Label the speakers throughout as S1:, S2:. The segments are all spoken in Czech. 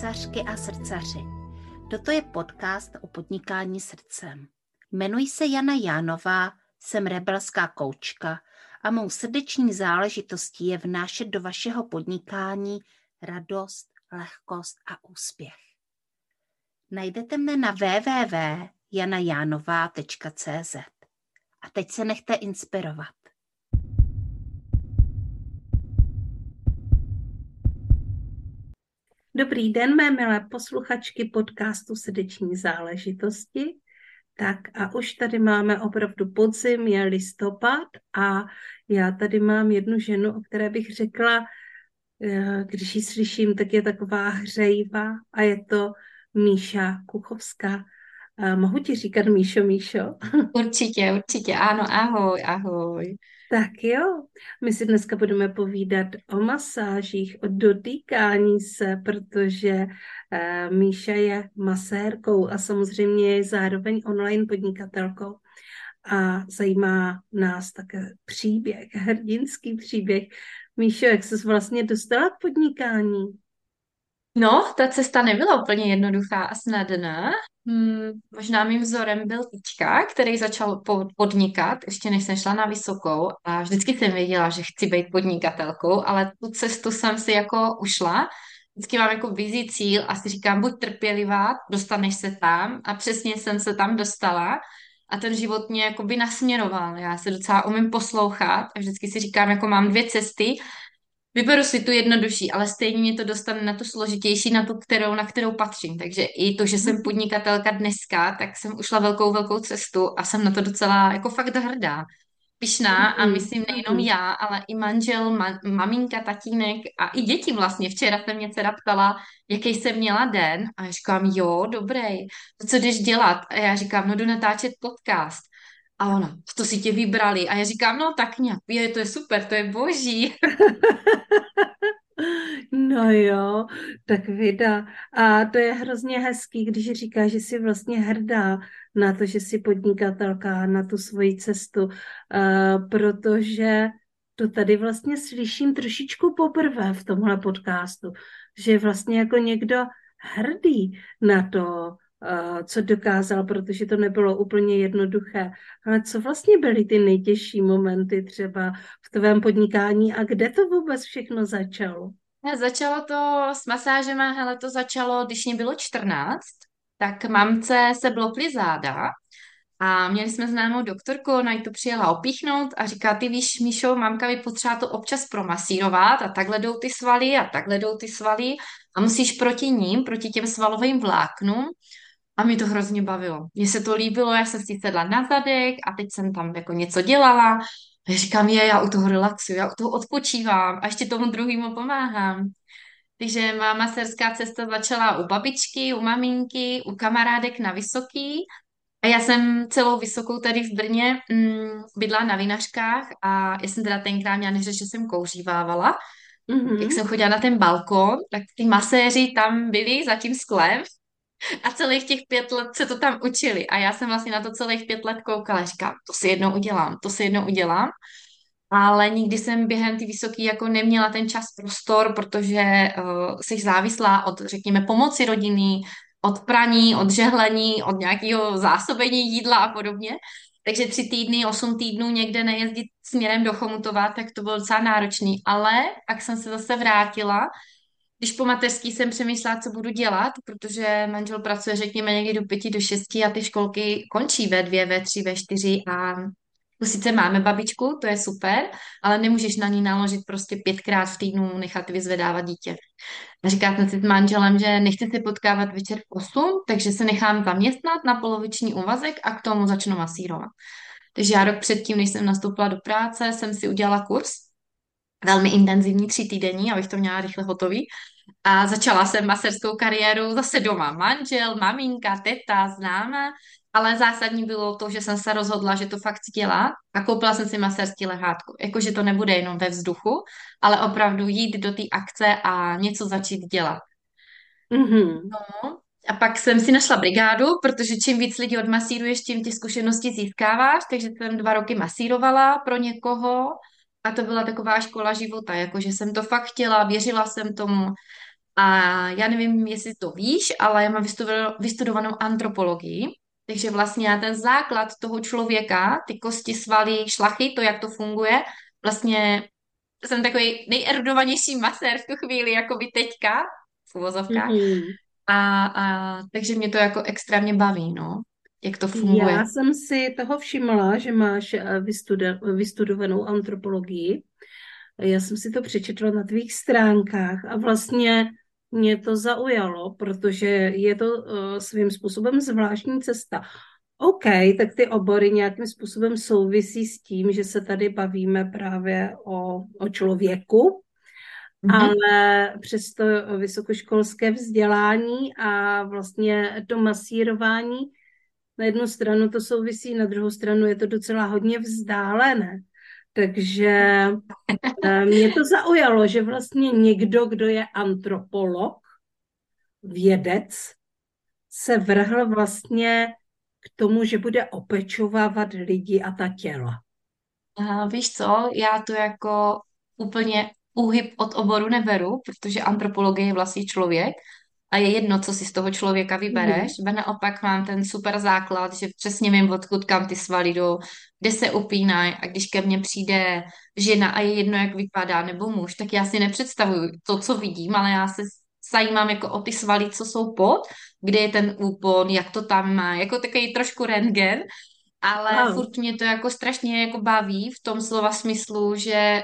S1: srdcařky a srdcaři. Toto je podcast o podnikání srdcem. Jmenuji se Jana Jánová, jsem rebelská koučka a mou srdeční záležitostí je vnášet do vašeho podnikání radost, lehkost a úspěch. Najdete mne na www.janajanová.cz. A teď se nechte inspirovat.
S2: Dobrý den, mé milé posluchačky podcastu Srdeční záležitosti. Tak a už tady máme opravdu podzim, je listopad a já tady mám jednu ženu, o které bych řekla, když ji slyším, tak je taková hřejivá a je to Míša Kuchovská. Mohu ti říkat Míšo?
S3: Určitě, ano, ahoj.
S2: Tak jo, my si dneska budeme povídat o masážích, o dotýkání se, protože Míša je masérkou a samozřejmě je zároveň online podnikatelkou. A zajímá nás také příběh, hrdinský příběh. Míšo, jak jsi vlastně dostala k podnikání?
S3: No, ta cesta nebyla úplně jednoduchá a snadná. Možná mým vzorem byl Tička, který začal podnikat, ještě než jsem šla na vysokou a vždycky jsem věděla, že chci být podnikatelkou, ale tu cestu jsem si jako ušla. Vždycky mám jako vizí cíl a si říkám, buď trpělivá, dostaneš se tam a přesně jsem se tam dostala a ten život mě jakoby nasměroval. Já se docela umím poslouchat a vždycky si říkám, jako mám dvě cesty. Vyberu si tu jednodušší, ale stejně mě to dostane na tu složitější, na kterou patřím. Takže i to, že jsem podnikatelka dneska, tak jsem ušla velkou cestu a jsem na to docela jako fakt hrdá. Pyšná a
S2: Mhm,
S3: myslím nejenom
S2: mhm.
S3: já, ale i manžel, maminka, tatínek a i děti vlastně. Včera se mě dcera ptala, jaký jsem měla den a já říkám, jo, dobrý, to co jdeš dělat? A já říkám, no jdu natáčet podcast. A ona, to si tě vybrali. A já říkám, no tak nějak, to je super, to je boží.
S2: No jo, tak vida. A to je hrozně hezký, když říká, že jsi vlastně hrdá na to, že jsi podnikatelka, na tu svoji cestu, protože to tady vlastně slyším trošičku poprvé v tomhle podcastu, že je vlastně jako někdo hrdý na to, co dokázal, protože to nebylo úplně jednoduché. Ale co vlastně byly ty nejtěžší momenty třeba v tvém podnikání a kde to vůbec všechno začalo?
S3: Začalo to s masážema, hele, to začalo, když mě bylo 14, tak mamce se blokly záda a měli jsme známou doktorku, ona jí to přijela opíchnout a říká, ty víš, Míšo, mamka by potřeba to občas promasírovat a takhle jdou ty svaly a takhle jdou ty svaly a musíš proti ním, proti těm svalovým vláknům a mě to hrozně bavilo. Mně se to líbilo, já jsem si sedla na zadek a teď jsem tam jako něco dělala a já říkám, já u toho relaxuju, já u toho odpočívám a ještě tomu druhému pomáhám. Takže má masérská cesta začala u babičky, u maminky, u kamarádek na Vysoký. A já jsem celou Vysokou tady v Brně bydla na Vinařkách a já jsem teda tenkrát měla neřeš, že jsem kouřívávala. Jak
S2: Mhm.
S3: jsem chodila na ten balkon, tak ty maséři tam byli za tím sklem a celých těch 5 let se to tam učili. A já jsem vlastně na to celých 5 let koukala. Říkám, to si jednou udělám. Ale nikdy jsem během ty vysoký jako neměla ten čas, prostor, protože jsi závislá od, řekněme, pomoci rodiny, od praní, od žehlení, od nějakého zásobení jídla a podobně. Takže 3 týdny, 8 týdnů někde nejezdit směrem do Chomutova, tak to bylo docela náročný. Ale pak jsem se zase vrátila, když po mateřský jsem přemýšlela, co budu dělat, protože manžel pracuje, řekněme, někdy do 5 do 6 a ty školky končí ve 2, ve 3, ve 4 a tu sice máme babičku, to je super, ale nemůžeš na ní naložit prostě 5krát v týdnu nechat vyzvedávat dítě. A říká jsem si s manželem, že nechci se potkávat večer v 8, takže se nechám zaměstnat na poloviční úvazek a k tomu začnu masírovat. Takže já rok předtím, než jsem nastoupila do práce, jsem si udělala kurz, velmi intenzivní 3 týdenní, abych to měla rychle hotový. A začala jsem maserskou kariéru zase doma. Manžel, maminka, teta, známá. Ale zásadní bylo to, že jsem se rozhodla, že to fakt chci dělat a koupila jsem si maserský lehátko. Jakože to nebude jenom ve vzduchu, ale opravdu jít do té akce a něco začít dělat.
S2: Mhm.
S3: No. A pak jsem si našla brigádu, protože čím víc lidí odmasíruješ, tím ty zkušenosti získáváš, takže jsem 2 roky masírovala pro někoho a to byla taková škola života, jakože jsem to fakt chtěla, věřila jsem tomu A já nevím, jestli to víš, ale já mám vystudovanou antropologii, takže vlastně já ten základ toho člověka, ty kosti, svaly, šlachy, to, jak to funguje, vlastně jsem takový nejerudovanější masér v tu chvíli, jako by teďka, v uvozovkách.
S2: Mhm.
S3: Takže mě to jako extrémně baví, no, jak to funguje.
S2: Já jsem si toho všimla, že máš vystudovanou antropologii. Já jsem si to přečetla na tvých stránkách a vlastně mě to zaujalo, protože je to svým způsobem zvláštní cesta. OK, tak ty obory nějakým způsobem souvisí s tím, že se tady bavíme právě o člověku,
S3: Mhm.
S2: ale přesto vysokoškolské vzdělání a vlastně to masírování, na jednu stranu to souvisí, na druhou stranu je to docela hodně vzdálené. Takže mě to zaujalo, že vlastně někdo, kdo je antropolog, vědec, se vrhl vlastně k tomu, že bude opečovávat lidi a ta těla.
S3: A víš co, já to jako úplně úhyb od oboru neberu, protože antropologie je vlastně člověk a je jedno, co si z toho člověka vybereš.
S2: Mhm.
S3: Ba naopak mám ten super základ, že přesně vím, odkud kam ty svaly jdou, kde se upínají a když ke mně přijde žena a je jedno, jak vypadá, nebo muž, tak já si nepředstavuju to, co vidím, ale já se zajímám jako o ty svaly, co jsou pod, kde je ten úpon, jak to tam má, jako takový trošku rentgen, ale
S2: Wow.
S3: furt mě to jako strašně jako baví v tom slova smyslu, že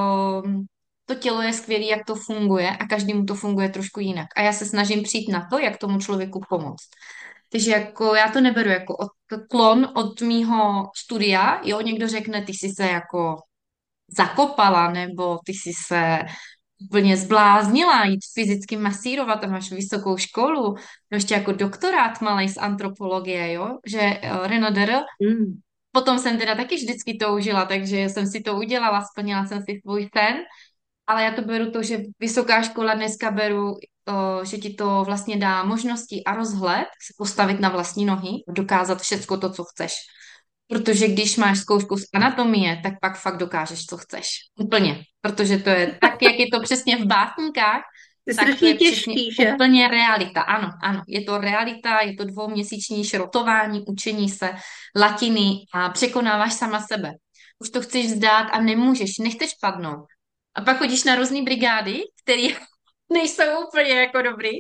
S3: to tělo je skvělé, jak to funguje a každému to funguje trošku jinak. A já se snažím přijít na to, jak tomu člověku pomoct. Takže jako já to neberu jako klon od mýho studia, jo, někdo řekne, ty jsi se jako zakopala, nebo ty jsi se úplně zbláznila jít fyzicky masírovat a máš vysokou školu, no ještě jako doktorát malej z antropologie, jo, že Renader.
S2: Mm.
S3: Potom jsem teda taky vždycky toužila, takže jsem si to udělala, splnila jsem si svůj sen, ale já to beru to, že vysoká škola dneska beru, že ti to vlastně dá možnosti a rozhled se postavit na vlastní nohy, dokázat všecko to, co chceš. Protože když máš zkoušku z anatomie, tak pak fakt dokážeš, co chceš. Úplně. Protože to je tak, jak je to přesně v básníkách,
S2: Je
S3: tak to
S2: strašně
S3: je přesně
S2: těžký, že?
S3: úplně realita. Ano, ano, je to realita, je to dvouměsíční šrotování, učení se latiny a překonáváš sama sebe. Už to chceš vzdát a nemůžeš, nechceš padnout. A pak chodíš na různé brigády, které nejsou úplně jako dobrý.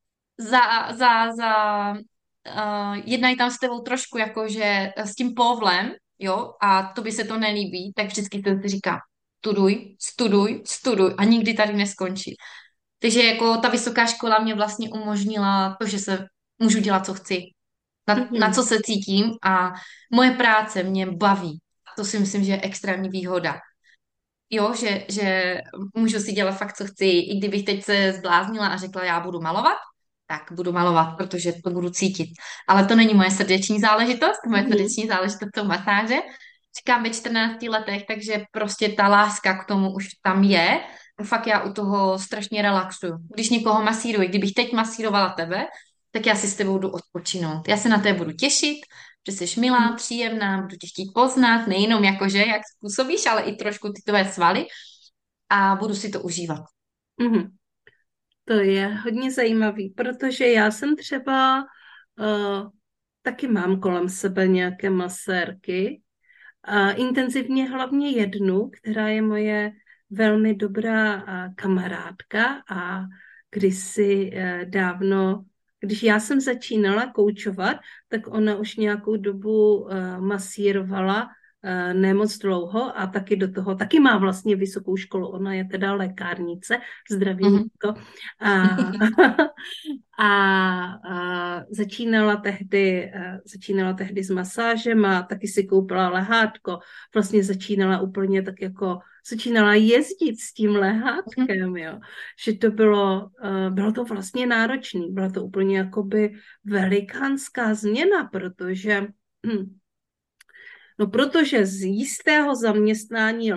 S3: Jednají tam s tebou trošku jakože s tím povlem, jo, a to by se to nelíbí, tak vždycky ten si říká, studuj, studuj, studuj a nikdy tady neskončí. Takže jako ta vysoká škola mě vlastně umožnila to, že se můžu dělat, co chci, na
S2: Mhm.
S3: co se cítím a moje práce mě baví. To si myslím, že je extrémní výhoda. Jo, že můžu si dělat fakt, co chci. I kdybych teď se zbláznila a řekla, já budu malovat, tak budu malovat, protože to budu cítit. Ale to není moje srdeční záležitost. Moje
S2: Mhm.
S3: srdeční záležitost jsou masáže. Říkám ve 14 letech, takže prostě ta láska k tomu už tam je. A fakt já u toho strašně relaxuju. Když někoho masíruji, kdybych teď masírovala tebe, tak já si s tebou jdu odpočinout. Já se na tebe budu těšit, že jsi milá, příjemná, budu tě chtít poznat, nejenom jakože, jak způsobíš, ale i trošku ty tvoje svaly a budu si to užívat.
S2: Mhm. To je hodně zajímavý, protože já jsem třeba taky mám kolem sebe nějaké masérky a intenzivně hlavně jednu, která je moje velmi dobrá kamarádka a kdysi dávno, když já jsem začínala koučovat, tak ona už nějakou dobu masírovala ne moc dlouho a taky do toho, taky má vlastně vysokou školu, ona je teda lékárnice, zdraví
S3: Mhm.
S2: Niko. A, začínala tehdy s masážem a taky si koupila lehátko. Vlastně začínala jezdit s tím lehátkem, jo. Že to bylo to vlastně náročné. Byla to úplně jakoby velikánská změna, protože z jistého zaměstnání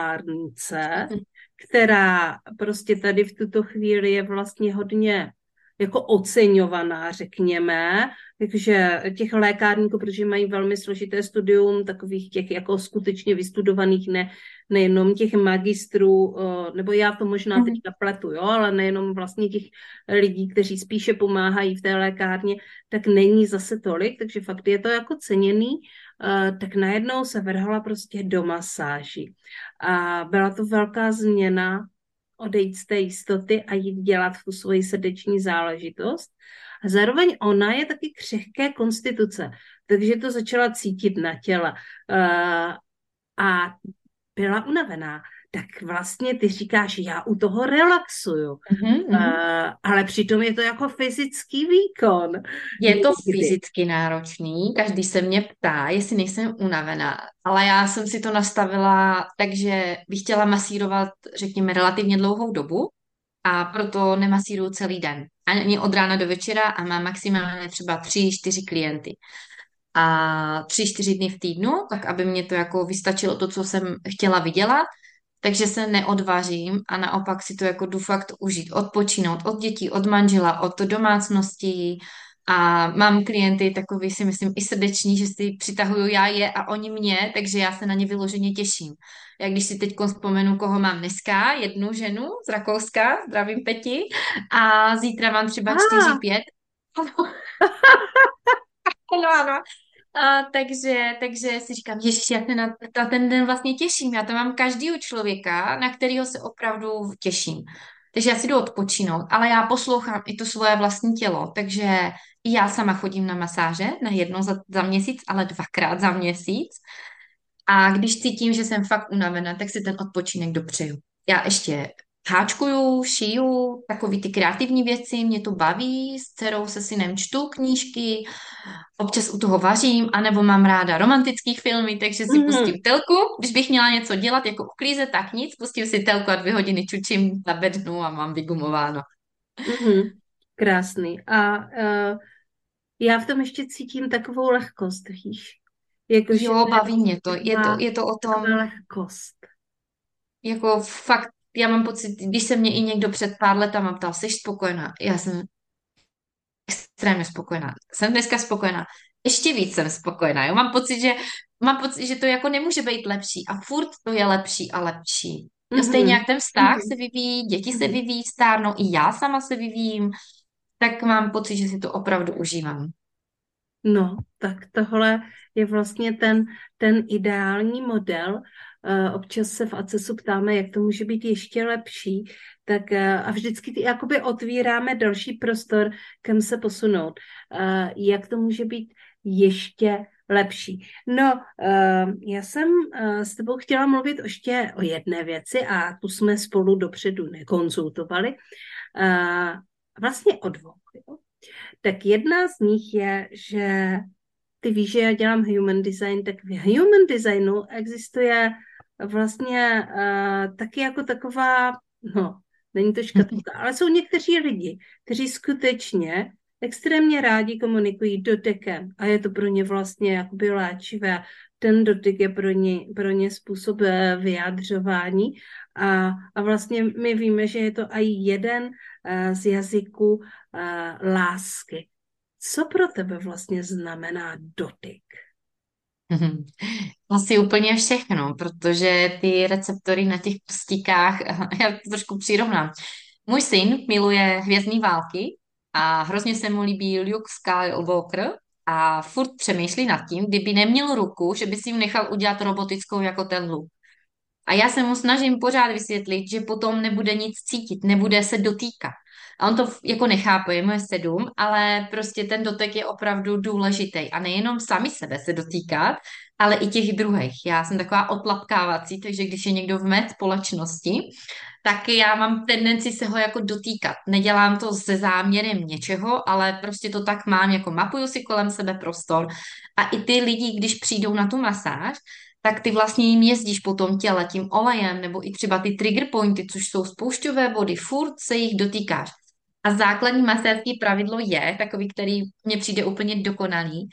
S2: lékárnice, která prostě tady v tuto chvíli je vlastně hodně jako oceňovaná, řekněme, takže těch lékárníků, protože mají velmi složité studium, takových těch jako skutečně vystudovaných, nejenom těch magistrů, nebo já to možná
S3: Mhm.
S2: teďka pletu, jo, ale nejenom vlastně těch lidí, kteří spíše pomáhají v té lékárně, tak není zase tolik, takže fakt je to jako ceněný, tak najednou se vrhala prostě do masáží. A byla to velká změna, odejít z té jistoty a jít dělat tu svoji srdeční záležitost. A zároveň ona je taky křehké konstituce, takže to začala cítit na těle. A byla unavená. Tak vlastně ty říkáš, já u toho relaxuju.
S3: Mhm, mhm.
S2: Ale přitom je to jako fyzický výkon.
S3: Je to
S2: Někdy.
S3: fyzicky náročný, každý se mě ptá, jestli nejsem unavená, ale já jsem si to nastavila tak, že bych chtěla masírovat, řekněme, relativně dlouhou dobu a proto nemasíruju celý den. Ani od rána do večera a mám maximálně třeba 3, 4 klienty. A 3, 4 dny v týdnu, tak aby mě to jako vystačilo to, co jsem chtěla vydělat, takže se neodvařím a naopak si to jako jdu fakt užít, odpočinout od dětí, od manžela, od domácnosti a mám klienty takový si myslím i srdeční, že si přitahuju já je a oni mě, takže já se na ně vyloženě těším. Jak když si teď vzpomenu, koho mám dneska, jednu ženu z Rakouska, zdravím Peti, a zítra mám třeba 4,
S2: Ah,
S3: 5. Ano, ano. Takže si říkám, ježiš, jak se na ten den vlastně těším. Já to mám každýho člověka, na kterého se opravdu těším. Takže já si jdu odpočinout, ale já poslouchám i to svoje vlastní tělo. Takže i já sama chodím na masáže, ne jednou za měsíc, ale 2krát za měsíc. A když cítím, že jsem fakt unavená, tak si ten odpočinek dopřeju. Já ještě háčkuju, šiju, takový ty kreativní věci, mě to baví, s dcerou se synem čtu knížky, občas u toho vařím, anebo mám ráda romantický filmy, takže si pustím
S2: mhm,
S3: telku. Když bych měla něco dělat, jako uklízet, tak nic, pustím si telku a 2 hodiny čučím na bednu a mám vygumováno.
S2: mhm. Krásný. A já v tom ještě cítím takovou lehkost, víš? Jakože
S3: Jo,
S2: to je
S3: baví mě to. Je to,
S2: taková,
S3: je to o tom,
S2: taková lehkost.
S3: jako fakt, já mám pocit, když se mě i někdo před pár letama ptal, jsi spokojená? Já jsem extrémně spokojená. Jsem dneska spokojená. Ještě víc jsem spokojená. Jo? Mám pocit, že to jako nemůže být lepší a furt to je lepší a lepší. Jo, stejně
S2: Mhm,
S3: jak ten vztah se
S2: mhm,
S3: vyvíjí, děti se
S2: mhm.
S3: vyvíjí, stárnou, i já sama se vyvíjím, tak mám pocit, že si to opravdu užívám.
S2: No, tak tohle je vlastně ten ideální model. Občas se v ACESu ptáme, jak to může být ještě lepší, tak a vždycky jakoby otvíráme další prostor, kam se posunout. Jak to může být ještě lepší. No, já jsem s tebou chtěla mluvit ještě o jedné věci a tu jsme spolu dopředu nekonzultovali. Vlastně o dvou. Jo? Tak jedna z nich je, že ty víš, že já dělám human design, tak v human designu existuje vlastně taky jako taková, no, není to škatulka, ale jsou někteří lidi, kteří skutečně extrémně rádi komunikují dotekem a je to pro ně vlastně jakoby léčivé. Ten dotyk je pro ně způsob vyjádřování a vlastně my víme, že je to i jeden z jazyků lásky. Co pro tebe vlastně znamená dotyk?
S3: Mhm. Asi úplně všechno, protože ty receptory na těch prstíkách, já to trošku přirovnám. Můj syn miluje Hvězdný války a hrozně se mu líbí Luke Skywalker a furt přemýšlí nad tím, kdyby neměl ruku, že by si ji nechal udělat robotickou jako ten Luke. A já se mu snažím pořád vysvětlit, že potom nebude nic cítit, nebude se dotýkat. A on to jako nechápe, je moje 7, ale prostě ten dotek je opravdu důležitý. A nejenom sami sebe se dotýkat, ale i těch druhých. Já jsem taková otlapkávací, takže když je někdo v mé společnosti, tak já mám tendenci se ho jako dotýkat. Nedělám to se záměrem něčeho, ale prostě to tak mám, jako mapuju si kolem sebe prostor. A i ty lidi, když přijdou na tu masáž, tak ty vlastně jim jezdíš po tom těle tím olejem, nebo i třeba ty trigger pointy, což jsou spoušťové body, furt se jich dotýkáš. A základní masérský pravidlo je, takový, který mně přijde úplně dokonalý,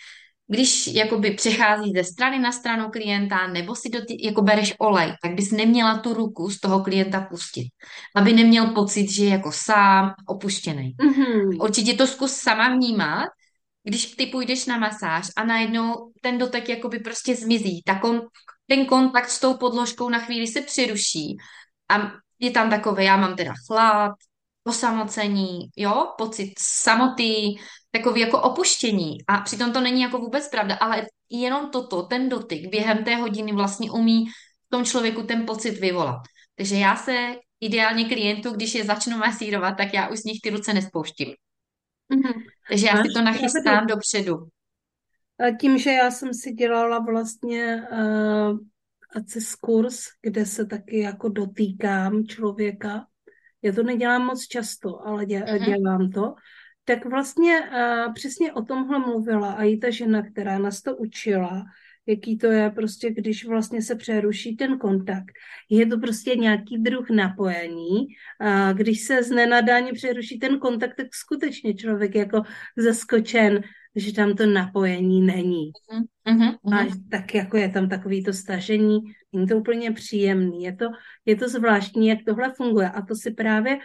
S3: když jakoby přechází ze strany na stranu klienta, nebo si jako bereš olej, tak bys neměla tu ruku z toho klienta pustit, aby neměl pocit, že je jako sám opuštěný.
S2: Mhm.
S3: Určitě to zkus sama vnímat, když ty půjdeš na masáž a najednou ten dotek jakoby prostě zmizí, tak ten kontakt s tou podložkou na chvíli se přeruší a je tam takové, já mám teda chlad, osamocení, jo, pocit samoty, takový jako opuštění. A přitom to není jako vůbec pravda, ale jenom ten dotyk během té hodiny vlastně umí v tom člověku ten pocit vyvolat. Takže já se ideálně klientů, když je začnu masírovat, tak já už z nich ty ruce nespouštím.
S2: Mhm.
S3: Takže já
S2: Máš
S3: si to
S2: pravdu.
S3: nachystám dopředu.
S2: A tím, že já jsem si dělala vlastně ACES kurz, kde se taky jako dotýkám člověka, já to nedělám moc často, ale
S3: Mhm.
S2: dělám to, tak vlastně přesně o tomhle mluvila a i ta žena, která nás to učila, jaký to je prostě, když vlastně se přeruší ten kontakt. Je to prostě nějaký druh napojení. A když se z nenadání přeruší ten kontakt, tak skutečně člověk jako zaskočen, že tam to napojení není.
S3: Mhm. Mhm.
S2: A
S3: Mhm.
S2: tak jako je tam takový to stažení, není to úplně příjemný. Je to zvláštní, jak tohle funguje. A to si právě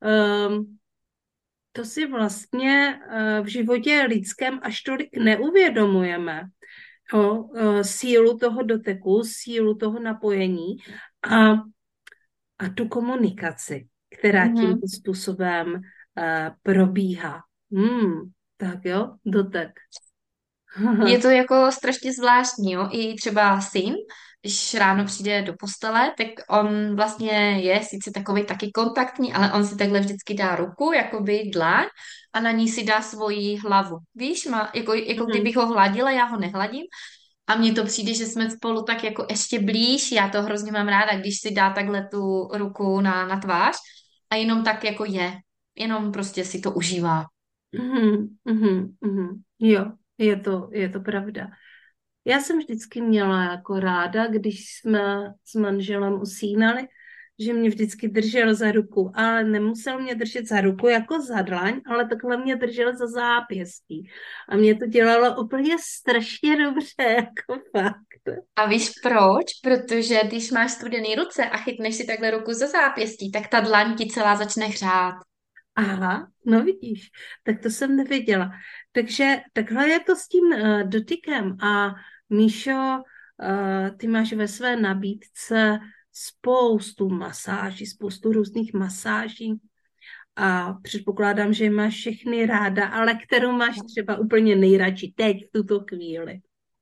S2: to si vlastně v životě lidském až tolik neuvědomujeme. Sílu toho doteku, sílu toho napojení a, a tu komunikaci, která
S3: Mhm.
S2: tímto způsobem probíhá. Tak jo, dotek.
S3: Je to jako strašně zvláštní, jo. I třeba syn, když ráno přijde do postele, tak on vlastně je sice takový taky kontaktní, ale on si takhle vždycky dá ruku, jakoby dlaň, a na ní si dá svoji hlavu. Víš, jako kdybych ho hladila, já ho nehladím. A mně to přijde, že jsme spolu tak jako ještě blíž. Já to hrozně mám ráda, když si dá takhle tu ruku na tvář a jenom tak jako je. Jenom prostě si to užívá.
S2: Jo, je to pravda. Já jsem vždycky měla jako ráda, když jsme s manželem usínali, že mě vždycky držel za ruku, ale nemusel mě držet za ruku jako za dlaň, ale takhle mě držel za zápěstí. A mě to dělalo úplně strašně dobře, jako fakt.
S3: A víš proč? Protože když máš studený ruce a chytneš si takhle ruku za zápěstí, tak ta dlaň ti celá začne hřát.
S2: Aha, no vidíš, tak to jsem nevěděla. Takže takhle je to s tím dotykem. A Míšo, ty máš ve své nabídce spoustu masáží, spoustu různých masáží a předpokládám, že máš všechny ráda, ale kterou máš třeba úplně nejradši teď, v tuto chvíli.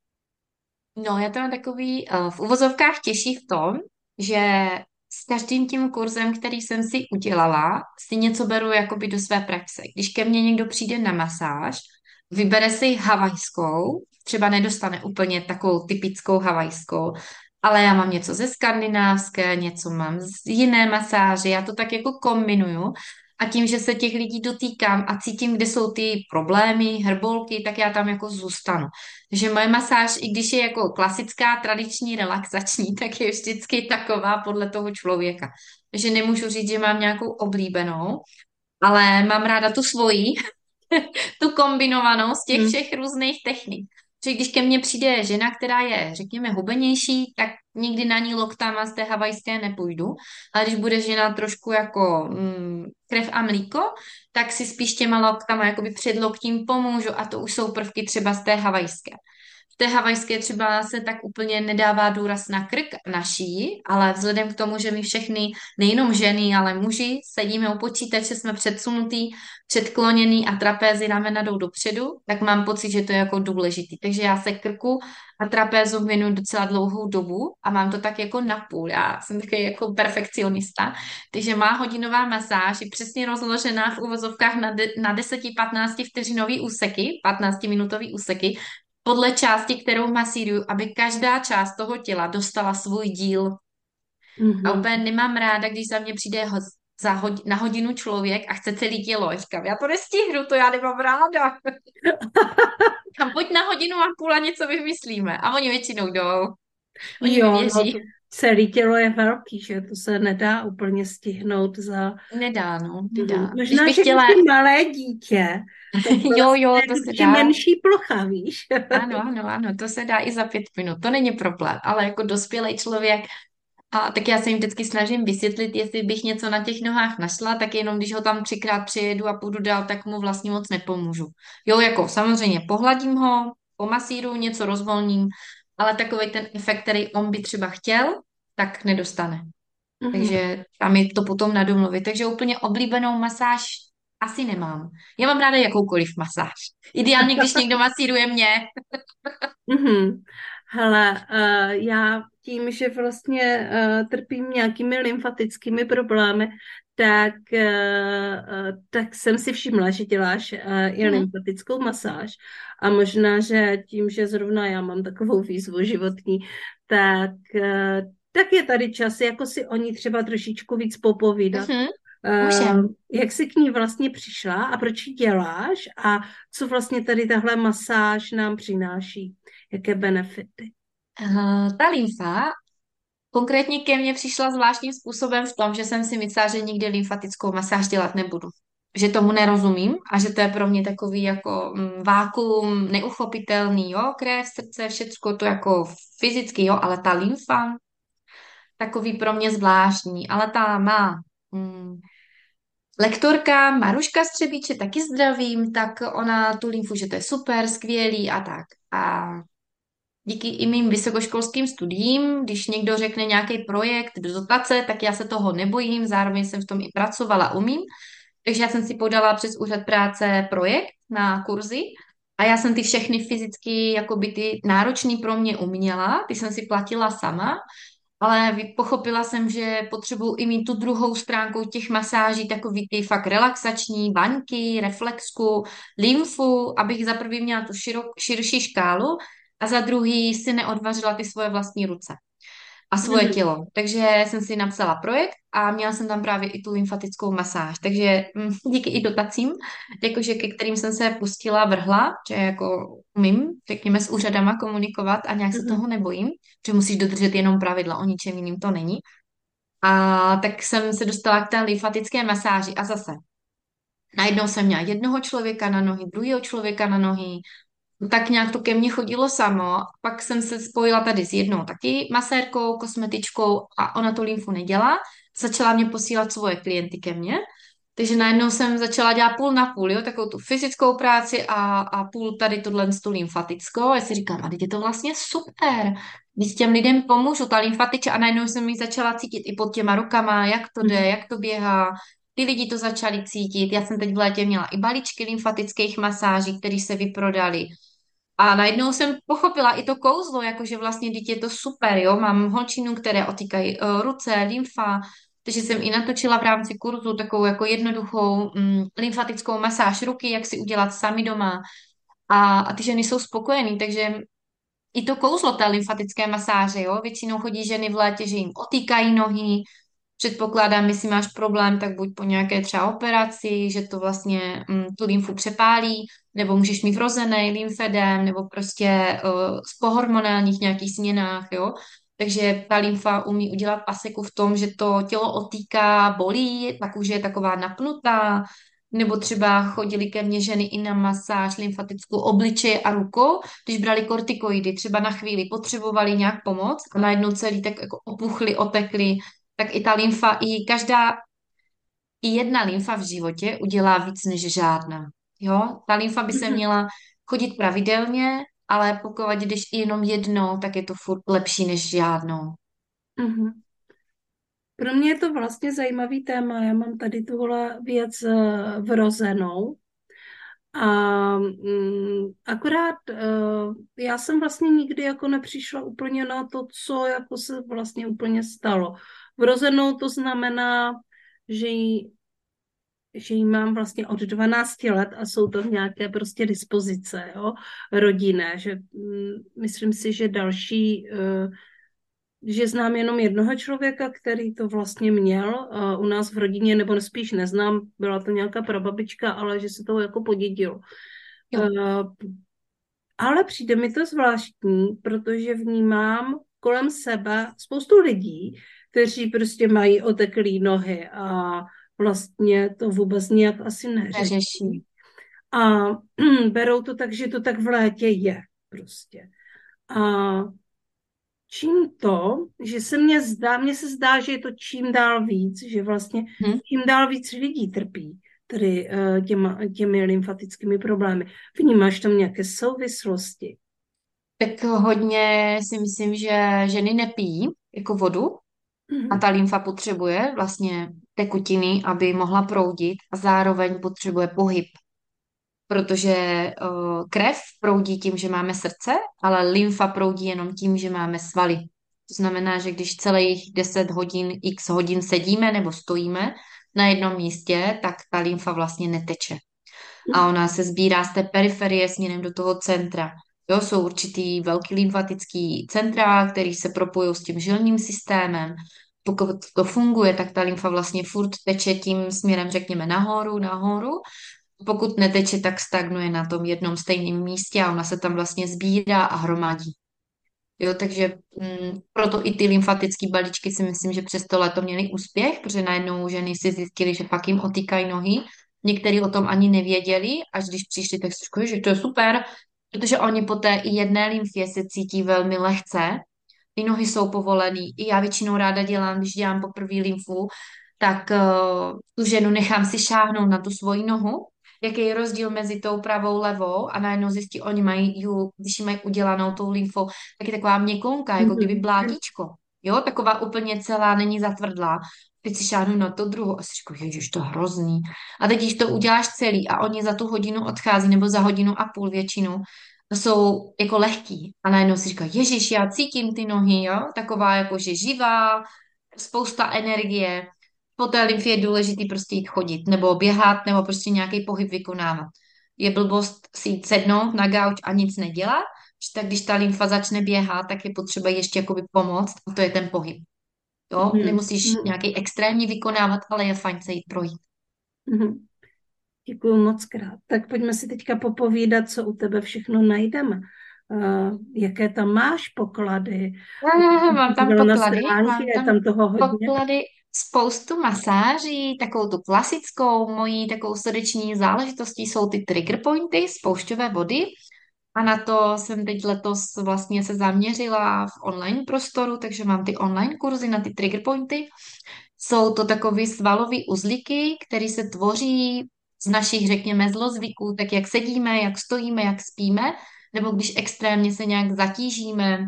S3: No, já to mám takový v uvozovkách těžší v tom, že s každým tím kurzem, který jsem si udělala, si něco beru jakoby do své praxe. Když ke mně někdo přijde na masáž, vybere si havajskou, třeba nedostane úplně takovou typickou havajskou, ale já mám něco ze skandinávské, něco mám z jiné masáže, já to tak jako kombinuju. A tím, že se těch lidí dotýkám a cítím, kde jsou ty problémy, hrbolky, tak já tam jako zůstanu. Takže moje masáž, i když je jako klasická, tradiční, relaxační, tak je vždycky taková podle toho člověka. Takže nemůžu říct, že mám nějakou oblíbenou, ale mám ráda tu svoji, tu kombinovanou z těch
S2: Hm.
S3: všech různých technik. Že když ke mně přijde žena, která je, řekněme, hubenější, tak nikdy na ní loktama z té havajské nepůjdu. Ale když bude žena trošku jako krev a mlíko, tak si spíš těma loktama jakoby před loktím pomůžu a to už jsou prvky třeba z té havajské. V té havajské třeba se tak úplně nedává důraz na krk, na šíji, ale vzhledem k tomu, že my všechny, nejenom ženy, ale muži, sedíme u počítače, jsme předsunutý, předkloněný a trapézy ramena jdou dopředu, tak mám pocit, že to je jako důležitý. Takže já se krku a trapézu věnuju docela dlouhou dobu a mám to tak jako napůl. Já jsem takový jako perfekcionista, takže má hodinová masáž je přesně rozložená v uvozovkách na 10-15 vteřinový úseky, 15-minutový úseky, podle části, kterou masíruju, aby každá část toho těla dostala svůj díl. A
S2: Mhm.
S3: úplně nemám ráda, když za mě přijde na hodinu člověk a chce celý tělo. Já říkám, já to nestihnu, to já nemám ráda. Kam pojď na hodinu a půl a něco vymyslíme. A oni většinou jdou. Oni mi
S2: Jo, no
S3: věří.
S2: to celé tělo je velký, že to se nedá úplně stihnout za...
S3: Nedá, no,
S2: Mhm.
S3: nedá. Když
S2: Možná,
S3: bych
S2: že když
S3: chtěla,
S2: je malé dítě, tak
S3: jo,
S2: vlastně
S3: jo, to
S2: jako
S3: se
S2: když je
S3: dá.
S2: menší plocha, víš?
S3: Ano, ano, ano, to se dá i za 5 minut, to není problém, ale jako dospělý člověk, a tak já se jim vždycky snažím vysvětlit, jestli bych něco na těch nohách našla, tak jenom když ho tam 3krát přejedu a půjdu dál, tak mu vlastně moc nepomůžu. Jo, jako samozřejmě pohladím ho, pomasíruju, něco rozvolním, ale takový ten efekt, který on by třeba chtěl, tak nedostane.
S2: Mhm.
S3: Takže tam je to potom na domluvě. Takže úplně oblíbenou masáž asi nemám. Já mám ráda jakoukoliv masáž. Ideálně, když někdo masíruje mě.
S2: Mhm. Hele, já tím, že vlastně trpím nějakými lymfatickými problémy, tak jsem si všimla, že děláš i
S3: Mhm.
S2: lymfatickou masáž a možná, že tím, že zrovna já mám takovou výzvu životní, tak, tak je tady čas, jako si o ní třeba trošičku víc popovídat.
S3: Mhm.
S2: Eh,
S3: Můžem.
S2: Jak jsi k ní vlastně přišla a proč ji děláš a co vlastně tady tahle masáž nám přináší? Jaké benefity?
S3: Ta lymfa konkrétně ke mně přišla zvláštním způsobem v tom, že jsem si myslela, že nikdy lymfatickou masáž dělat nebudu. Že tomu nerozumím a že to je pro mě takový jako vákuum, neuchopitelný, jo, krev, srdce, všecko to jako fyzicky, jo, ale ta lymfa, takový pro mě zvláštní, ale ta má lektorka Maruška Střebíče, taky zdravím, tak ona tu lymfu, že to je super, skvělý a tak. A díky i mým vysokoškolským studiím, když někdo řekne nějaký projekt do dotace, tak já se toho nebojím, zároveň jsem v tom i pracovala, umím. Takže já jsem si podala přes úřad práce projekt na kurzy a já jsem ty všechny fyzicky, jakoby ty náročný pro mě uměla, ty jsem si platila sama, ale pochopila jsem, že potřebuji i mít tu druhou stránku těch masáží, takový ty fakt relaxační, baňky, reflexku, lymfu, abych za prvý měla tu širší škálu a za druhý si neodvařila ty svoje vlastní ruce a svoje
S2: Mhm.
S3: tělo. Takže jsem si napsala projekt a měla jsem tam právě i tu lymfatickou masáž. Takže díky i dotacím, jakože ke kterým jsem se pustila, vrhla, že jako umím, řekněme, s úřadama komunikovat a nějak se
S2: Mhm.
S3: toho nebojím, že musíš dodržet jenom pravidla, o ničem jiným to není. A tak jsem se dostala k té lymfatické masáži a zase najednou jsem měla jednoho člověka na nohy, druhého člověka na nohy, tak nějak to ke mně chodilo samo. Pak jsem se spojila tady s jednou taky masérkou, kosmetičkou a ona tu lymfu nedělá. Začala mě posílat svoje klienty ke mně. Takže najednou jsem začala dělat půl na půl, jo, takovou tu fyzickou práci a půl tady tu lymfatickou. Já si říkám, a teď je to vlastně super. Když těm lidem pomůžu, ta lymfatička, a najednou jsem ji začala cítit i pod těma rukama, jak to jde,
S2: Mhm.
S3: jak to běhá. Ty lidi to začali cítit. Já jsem teď v létě měla i balíčky lymfatických masáží, které se vyprodaly. A najednou jsem pochopila i to kouzlo, jakože vlastně dítě je to super, jo. Mám holčinu, které otýkají ruce, lymfa, takže jsem i natočila v rámci kurzu takovou jako jednoduchou lymfatickou masáž ruky, jak si udělat sami doma. A ty ženy jsou spokojený, takže i to kouzlo té lymfatické masáže, jo. Většinou chodí ženy v létě, že jim otýkají nohy, předpokládám, jestli máš problém, tak buď po nějaké třeba operaci, že to vlastně tu lymfu přepálí, nebo můžeš mít vrozený lymfedem, nebo prostě z pohormonálních nějakých změnách, jo. Takže ta lymfa umí udělat paseku v tom, že to tělo otýká, bolí, pak už je taková napnutá, nebo třeba chodili ke mně ženy i na masáž lymfatickou obličeje a rukou, když brali kortikoidy, třeba na chvíli potřebovali nějak pomoc a najednou celý tak jako opuchli, otekli, tak i ta lymfa, i jedna lymfa v životě udělá víc než žádná. Jo, ta lymfa by se
S2: Mhm.
S3: měla chodit pravidelně, ale pokud jdeš i jenom jednou, tak je to furt lepší než žádnou.
S2: Mhm. Pro mě je to vlastně zajímavý téma. Já mám tady tuhle věc vrozenou. A akorát já jsem vlastně nikdy jako nepřišla úplně na to, co jako se vlastně úplně stalo. Vrozenou to znamená, že ji mám vlastně od 12 let a jsou to nějaké prostě dispozice, jo, rodinné, že myslím si, že další, že znám jenom jednoho člověka, který to vlastně měl u nás v rodině, nebo spíš neznám, byla to nějaká prababička, ale že se toho jako podědilo.
S3: Jo.
S2: Ale přijde mi to zvláštní, protože vnímám kolem sebe spoustu lidí, kteří prostě mají oteklý nohy a vlastně to vůbec nějak asi neřeší.
S3: Neřeší.
S2: A berou to tak, že to tak v létě je prostě. A čím to, že mně se zdá, že je to čím dál víc, že vlastně čím dál víc lidí trpí tady těmi lymfatickými problémy. Vnímáš tam nějaké souvislosti?
S3: Tak hodně si myslím, že ženy nepijí jako vodu a
S2: Mhm.
S3: ta lymfa potřebuje vlastně tekutiny, aby mohla proudit a zároveň potřebuje pohyb, protože krev proudí tím, že máme srdce, ale lymfa proudí jenom tím, že máme svaly. To znamená, že když celých 10 hodin, x hodin sedíme nebo stojíme na jednom místě, tak ta lymfa vlastně neteče. A ona se sbírá z té periferie směrem do toho centra. Jo, jsou určitý velký lymfatický centra, který se propojují s tím žilním systémem. Pokud to funguje, tak ta lymfa vlastně furt teče tím směrem, řekněme, nahoru. Pokud neteče, tak stagnuje na tom jednom stejném místě a ona se tam vlastně sbírá a hromadí. Jo, takže proto i ty lymfatické balíčky si myslím, že přes to léto měly úspěch, protože najednou ženy si zjistily, že fakt jim otýkají nohy. Někteří o tom ani nevěděli, až když přišli, tak si řekli, že to je super, protože oni po té i jedné lymfě se cítí velmi lehce. Ty nohy jsou povolený. I já většinou ráda dělám, když dělám poprvé lymfu, tak tu ženu nechám si šáhnout na tu svoji nohu, jaký je rozdíl mezi tou pravou, levou a najednou zjistí, oni mají, když ji mají udělanou tou lymfou, tak je taková měkonká, jako kdyby
S2: Mhm.
S3: blátíčko. Jo, taková úplně celá, není zatvrdlá. Teď si šáhnu na to druhou a si říkám, ježiš, to je hrozný. A teď, když to uděláš celý a oni za tu hodinu odchází, nebo za hodinu a půl většinou, jsou jako lehký. A najednou si říká, ježiš, já cítím ty nohy, jo, taková jakože živá, spousta energie. Po té lymfě je důležitý prostě jít chodit, nebo běhat, nebo prostě nějaký pohyb vykonávat. Je blbost si jít sednout na gauč a nic nedělat, tak když ta lymfa začne běhat, tak je potřeba ještě jakoby pomoct a to je ten pohyb. Jo,
S2: Mhm.
S3: nemusíš
S2: Mhm.
S3: nějaký extrémní vykonávat, ale je fajn se jít projít.
S2: Mhm. Děkuji moc krát. Tak pojďme si teďka popovídat, co u tebe všechno najdeme. Jaké tam máš poklady?
S3: Mám tam
S2: Byl na
S3: poklady,
S2: stránky,
S3: mám
S2: je
S3: tam
S2: tam toho hodně.
S3: poklady, spoustu masáží, takovou tu klasickou, mojí takovou srdeční záležitostí jsou ty trigger pointy, spoušťové body. A na to jsem teď letos vlastně se zaměřila v online prostoru, takže mám ty online kurzy na ty trigger pointy. Jsou to takové svalové uzlíky, které se tvoří z našich, řekněme, zlozvyků, tak jak sedíme, jak stojíme, jak spíme, nebo když extrémně se nějak zatížíme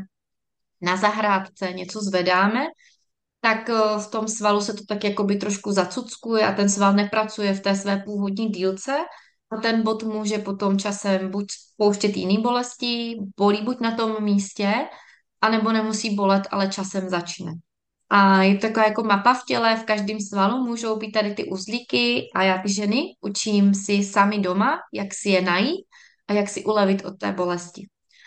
S3: na zahrádce, něco zvedáme, tak v tom svalu se to tak jakoby trošku zacuckuje a ten sval nepracuje v té své původní dílce a ten bod může potom časem buď spouštět jiný bolesti, bolí buď na tom místě, anebo nemusí bolet, ale časem začne. A je to taková jako mapa v těle, v každém svalu můžou být tady ty uzlíky a já ty ženy učím si sami doma, jak si je najít a jak si ulevit od té bolesti.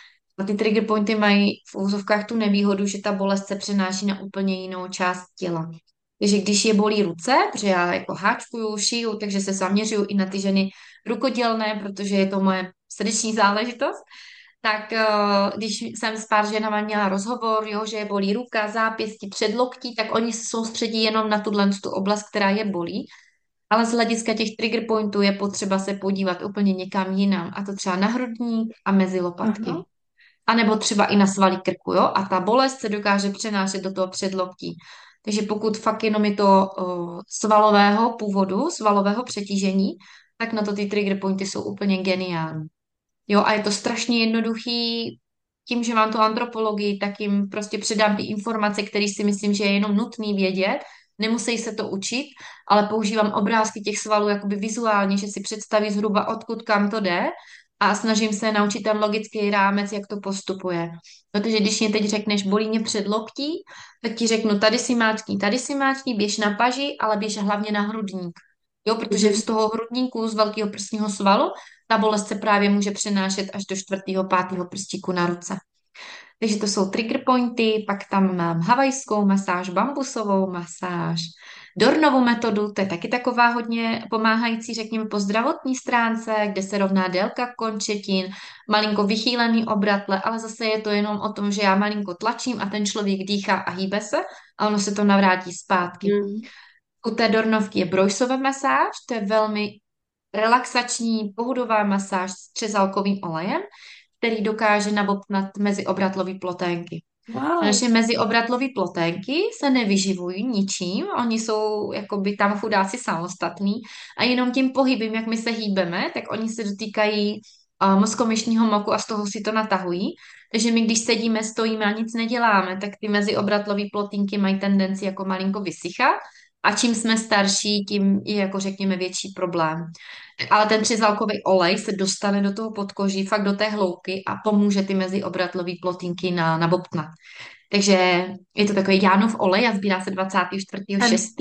S3: A ty trigger pointy mají v úzovkách tu nevýhodu, že ta bolest se přenáší na úplně jinou část těla. Takže když je bolí ruce, protože já jako háčkuju, šiju, takže se zaměřuju i na ty ženy rukodělné, protože je to moje srdeční záležitost, tak když jsem s pár ženama měla rozhovor, jo, že je bolí ruka, zápěstí, předloktí, tak oni se soustředí jenom na tu oblast, která je bolí. Ale z hlediska těch trigger pointů je potřeba se podívat úplně někam jinam, a to třeba na hrudník a mezi lopatky.
S2: Aha.
S3: A nebo třeba i na svaly krku, jo? A ta bolest se dokáže přenášet do toho předloktí. Takže pokud fakt jenom je to svalového původu, svalového přetížení, tak na to ty trigger pointy jsou úplně geniální. Jo, a je to strašně jednoduchý. Tím, že mám tu antropologii, tak jim prostě předám ty informace, které si myslím, že je jenom nutný vědět. Nemusí se to učit, ale používám obrázky těch svalů jakoby vizuálně, že si představí zhruba odkud kam to jde a snažím se naučit ten logický rámec, jak to postupuje. Protože když mě teď řekneš, bolí mě předloktí, tak ti řeknu, tady si máčkni, běž na paži, ale běž hlavně na hrudník. Jo, protože
S2: Mhm.
S3: z toho hrudníku, z velkého prsního svalu, ta bolest se právě může přenášet až do čtvrtého, pátého prstíku na ruce. Takže to jsou trigger pointy, pak tam mám havajskou masáž, bambusovou masáž, Dornovu metodu, to je taky taková hodně pomáhající, řekněme, po zdravotní stránce, kde se rovná délka končetin, malinko vychýlený obratle, ale zase je to jenom o tom, že já malinko tlačím a ten člověk dýchá a hýbe se a ono se to navrátí zpátky.
S2: Mm.
S3: U té Dornovky je Brojsova masáž, to je velmi relaxační pohodová masáž s třezalkovým olejem, který dokáže nabobtnat meziobratlové ploténky.
S2: Wow.
S3: Naše meziobratlové ploténky se nevyživují ničím, oni jsou jakoby tam chudáci samostatní a jenom tím pohybem, jak my se hýbeme, tak oni se dotýkají mozkomyšního moku a z toho si to natahují. Takže my, když sedíme, stojíme a nic neděláme, tak ty meziobratlové plotínky mají tendenci jako malinko vysychat a čím jsme starší, tím je jako řekněme větší problém. Ale ten třezalkový olej se dostane do toho podkoží, fakt do té hloubky a pomůže ty meziobratlové plotínky nabobtnat. Takže je to takový Jánův olej a sbírá se 24.6.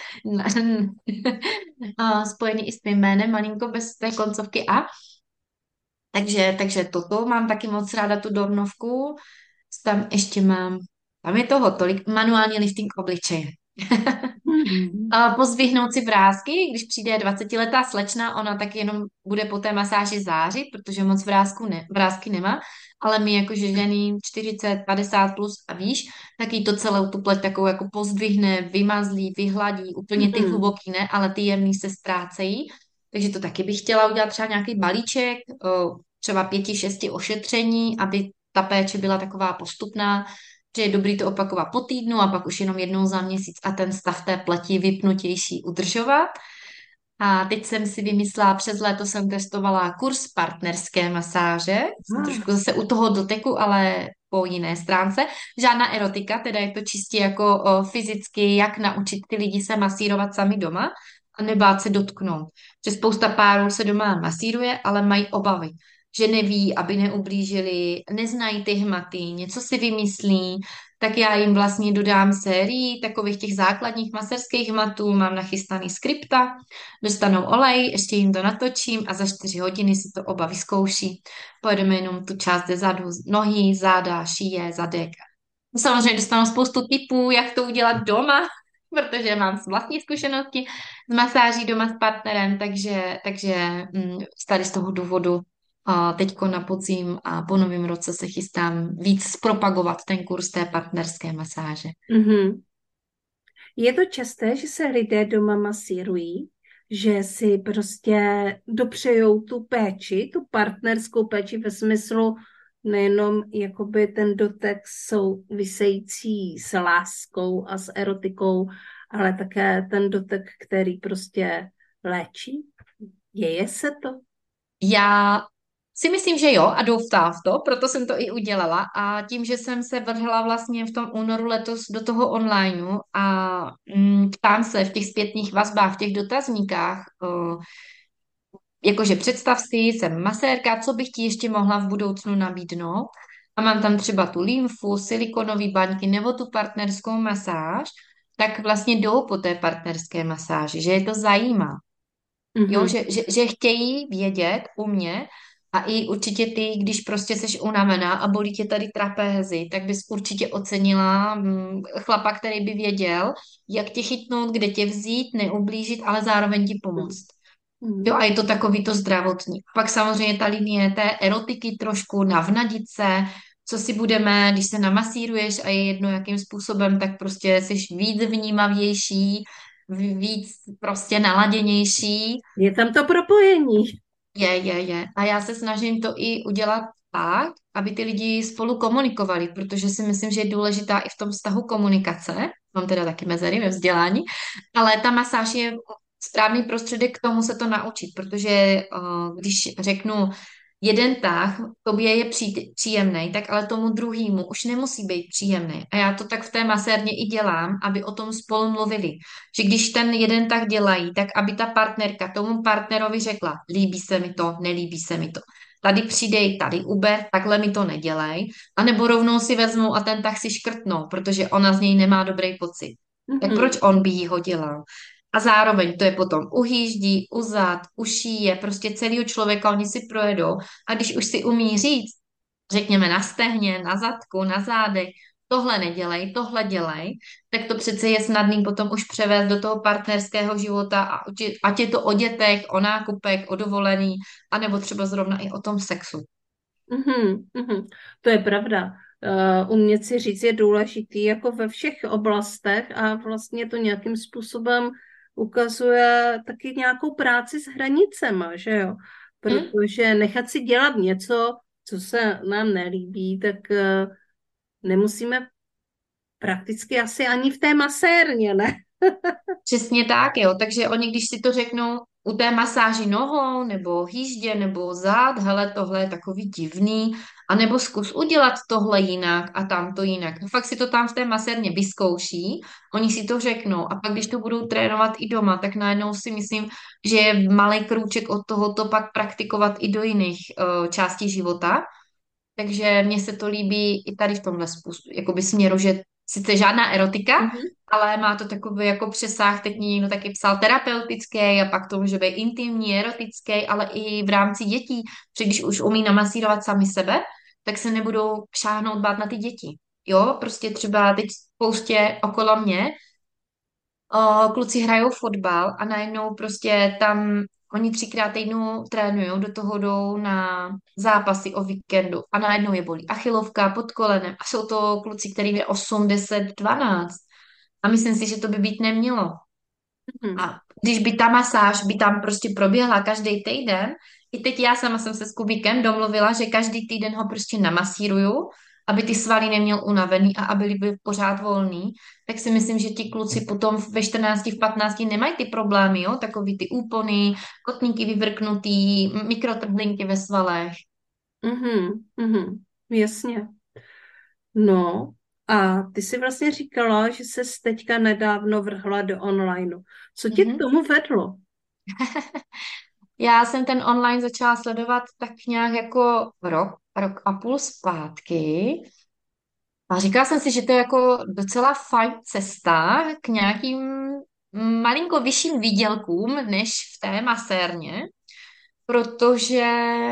S3: Spojený i s mým jménem, malinko bez té koncovky A. Takže toto mám taky moc ráda, tu Dornovku. Tam ještě mám, tam je toho tolik, manuální lifting obličeje.
S2: Mm.
S3: A pozvihnout si vrásky, když přijde 20letá slečna, ona tak jenom bude po té masáži zářit, protože moc vrásky nemá, ale my jakože ženy 40, 50 plus a výš, tak jí to celou tu pleť takovou jako pozdvihne, vymazlí, vyhladí, úplně ty
S2: Mm.
S3: hluboký ne, ale ty jemný se ztrácejí. Takže to taky bych chtěla udělat třeba nějaký balíček, třeba 5, 6 ošetření, aby ta péče byla taková postupná, že je dobrý to opakovat po týdnu a pak už jenom jednou za měsíc a ten stav té pleti vypnutější udržovat. A teď jsem si vymyslela, přes léto jsem testovala kurz partnerské masáže, jsem
S2: Ah.
S3: trošku zase u toho doteku, ale po jiné stránce. Žádná erotika, teda je to čistě jako fyzicky, jak naučit ty lidi se masírovat sami doma a nebát se dotknout. Že spousta párů se doma masíruje, ale mají obavy, že neví, aby neublížili, neznají ty hmaty, něco si vymyslí, tak já jim vlastně dodám sérii takových těch základních maserských hmatů, mám nachystaný skripta, dostanou olej, ještě jim to natočím a za 4 hodiny si to oba vyzkouší. Pojedeme jenom tu část ze zadu, nohy, záda, šíje, zadek. Samozřejmě dostanou spoustu tipů, jak to udělat doma, protože mám vlastní zkušenosti s masáží doma s partnerem, takže tady z toho důvodu teďko na podzim a po novém roce se chystám víc zpropagovat ten kurz té partnerské masáže.
S2: Mm-hmm. Je to časté, že se lidé doma masírují, že si prostě dopřejou tu péči, tu partnerskou péči ve smyslu nejenom jakoby ten dotek související s láskou a s erotikou, ale také ten dotek, který prostě léčí? Děje se to?
S3: Já si myslím, že jo a doufám v to, proto jsem to i udělala a tím, že jsem se vrhla vlastně v tom únoru letos do toho onlineu a ptám se v těch zpětných vazbách, v těch dotazníkách, jakože představ si, jsem masérka, co bych ti ještě mohla v budoucnu nabídnout a mám tam třeba tu lymfu, silikonové baňky nebo tu partnerskou masáž, tak vlastně jdou po té partnerské masáži, že je to zajímá. Jo,
S2: Mm-hmm.
S3: že chtějí vědět u mě a i určitě ty, když prostě seš unavená a bolí tě tady trapézy, tak bys určitě ocenila chlapa, který by věděl, jak tě chytnout, kde tě vzít, neublížit, ale zároveň ti pomoct. Jo, a je to takový to zdravotní. Pak samozřejmě ta linie té erotiky trošku navnadit se, co si budeme, když se namasíruješ a je jedno, jakým způsobem, tak prostě jsi víc vnímavější, víc prostě naladěnější.
S2: Je tam to propojení.
S3: Je. A já se snažím to i udělat tak, aby ty lidi spolu komunikovali, protože si myslím, že je důležitá i v tom vztahu komunikace. Mám teda taky mezery ve vzdělání, ale ta masáž je správný prostředek k tomu se to naučit, protože když řeknu, jeden tah tobě je příjemný, tak ale tomu druhému už nemusí být příjemný. A já to tak v té masérně i dělám, aby o tom spolu mluvili. Že když ten jeden tah dělají, tak aby ta partnerka tomu partnerovi řekla, líbí se mi to, nelíbí se mi to. Tady přidej, tady uber, takhle mi to nedělej. A nebo rovnou si vezmou a ten tah si škrtnou, protože ona z něj nemá dobrý pocit. Tak
S2: Mm-hmm.
S3: proč on by jí ho dělal? A zároveň to je potom uhýždí, uzad, ušíje, prostě celého člověka oni si projedou. A když už si umí říct, řekněme na stehně, na zadku, na zádech, tohle nedělej, tohle dělej, tak to přece je snadný potom už převést do toho partnerského života a ať je to o dětech, o nákupech, o dovolený, anebo třeba zrovna i o tom sexu.
S2: Mhm, mhm. To je pravda. Umět si říct je důležitý jako ve všech oblastech a vlastně to nějakým způsobem ukazuje taky nějakou práci s hranicema, že jo?
S3: Hm?
S2: Protože nechat si dělat něco, co se nám nelíbí, tak nemusíme prakticky asi ani v té masérně, ne?
S3: Přesně tak, jo. Takže oni, když si to řeknou u té masáži nohou, nebo hýždě, nebo zád, hele, tohle je takový divný, anebo zkus udělat tohle jinak a tam to jinak. No, fakt si to tam v té masérně vyzkouší, oni si to řeknou a pak, když to budou trénovat i doma, tak najednou si myslím, že je malý krůček od toho to pak praktikovat i do jiných částí života. Takže mně se to líbí i tady v tomhle způsobu, jakoby směru, že sice žádná erotika,
S2: Mhm,
S3: ale má to takový jako přesah, teď mě někdo taky psal terapeutický a pak to může být intimní, erotický, ale i v rámci dětí, protože když už umí namasírovat sami sebe, tak se nebudou šáhnout bát na ty děti. Jo, prostě třeba teď spoustě okolo mě kluci hrajou fotbal a najednou prostě tam oni 3krát týdnu trénují, do toho jdou na zápasy o víkendu a najednou je bolí achilovka pod kolenem a jsou to kluci, kterým je 8, 10, 12 a myslím si, že to by být nemělo.
S2: mhm.
S3: A když by ta masáž by tam prostě proběhla každý týden, i teď já sama jsem se s Kubíkem domluvila, že každý týden ho prostě namasíruju, aby ty svaly neměl unavený a aby byly pořád volný, tak si myslím, že ti kluci potom ve 14, v 15 nemají ty problémy, jo, takový ty úpony, kotníky vyvrknutý, mikrotrhlinky ve svalech.
S2: Mhm, mhm, jasně. No a ty jsi vlastně říkala, že se teďka nedávno vrhla do onlineu. Co tě k
S3: Mhm.
S2: tomu vedlo?
S3: Já jsem ten online začala sledovat tak nějak jako rok a půl zpátky. A říkala jsem si, že to je jako docela fajn cesta k nějakým malinko vyšším výdělkům než v té masérně, protože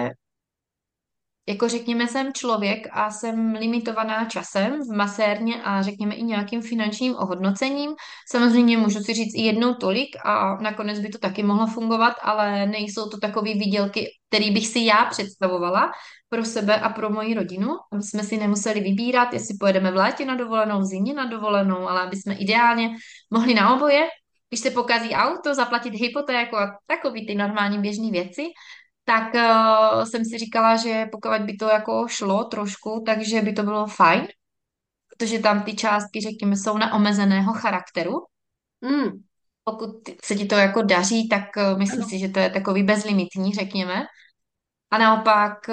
S3: jako řekněme, jsem člověk a jsem limitovaná časem v masérně a řekněme i nějakým finančním ohodnocením. Samozřejmě můžu si říct i jednou tolik a nakonec by to taky mohlo fungovat, ale nejsou to takové výdělky, který bych si já představovala pro sebe a pro moji rodinu, aby jsme si nemuseli vybírat, jestli pojedeme v létě na dovolenou, v zimě na dovolenou, ale aby jsme ideálně mohli na oboje, když se pokazí auto, zaplatit hypotéku a takový ty normální běžné věci, tak jsem si říkala, že pokud by to jako šlo trošku, takže by to bylo fajn, protože tam ty částky, řekněme, jsou na omezeného charakteru.
S2: Mm,
S3: Pokud se ti to jako daří, tak myslím
S2: ano,
S3: si, že to je takový bezlimitní, řekněme. A naopak,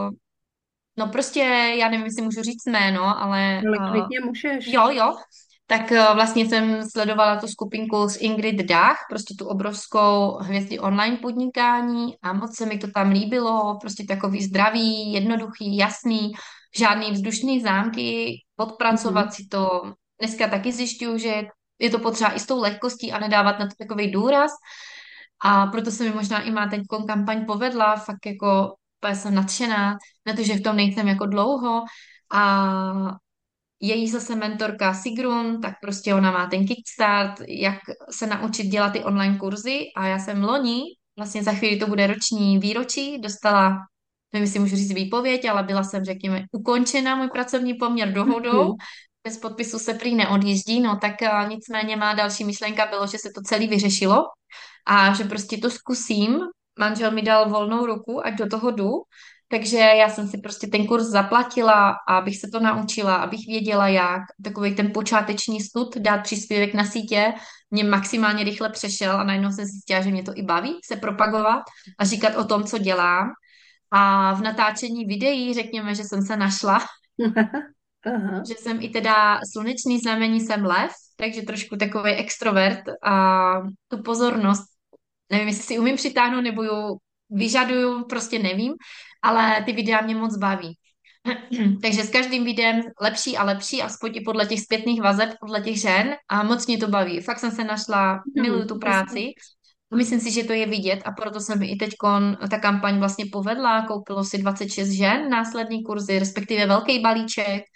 S3: no prostě, já nevím, jestli můžu říct jméno, ale
S2: ale klidně můžeš.
S3: jo, tak vlastně jsem sledovala tu skupinku s Ingrid Dach, prostě tu obrovskou hvězdy online podnikání a moc se mi to tam líbilo, prostě takový zdravý, jednoduchý, jasný, žádný vzdušný zámky,
S2: Mhm.
S3: podpracovat si to. Dneska taky zjišťuju, že je to potřeba i s tou lehkostí a nedávat na to takový důraz. A proto se mi možná i má teď kampaň povedla, fakt jako úplně jsem nadšená na to, že v tom nejsem jako dlouho. A její zase mentorka Sigrun, tak prostě ona má ten kickstart, jak se naučit dělat ty online kurzy a já jsem loni, vlastně za chvíli to bude roční výročí, dostala, nevím, jestli můžu říct výpověď, ale byla jsem, řekněme, ukončena můj pracovní poměr dohodou,
S2: Mhm.
S3: bez podpisu se prý neodjíždí, no tak nicméně má další myšlenka bylo, že se to celé vyřešilo a že prostě to zkusím. Manžel mi dal volnou ruku, ať do toho jdu. Takže já jsem si prostě ten kurz zaplatila, abych se to naučila, abych věděla jak. Takový ten počáteční stud, dát příspěvek na sítě, mě maximálně rychle přešel a najednou jsem zjistila, že mě to i baví se propagovat a říkat o tom, co dělám. A v natáčení videí, řekněme, že jsem se našla,
S2: Aha.
S3: že jsem i teda slunečný znamení, jsem lev, takže trošku takový extrovert a tu pozornost nevím, jestli si umím přitáhnout nebo ju vyžaduju, prostě nevím, ale ty videa mě moc baví. Takže s každým videem lepší a lepší, aspoň i podle těch zpětných vazeb, podle těch žen a moc mě to baví. Fakt jsem se našla, miluju tu
S2: Jasně.
S3: práci. Myslím si, že to je vidět a proto se mi i teď ta kampaň vlastně povedla. Koupilo si 26 žen následní kurzy, respektive velký balíček.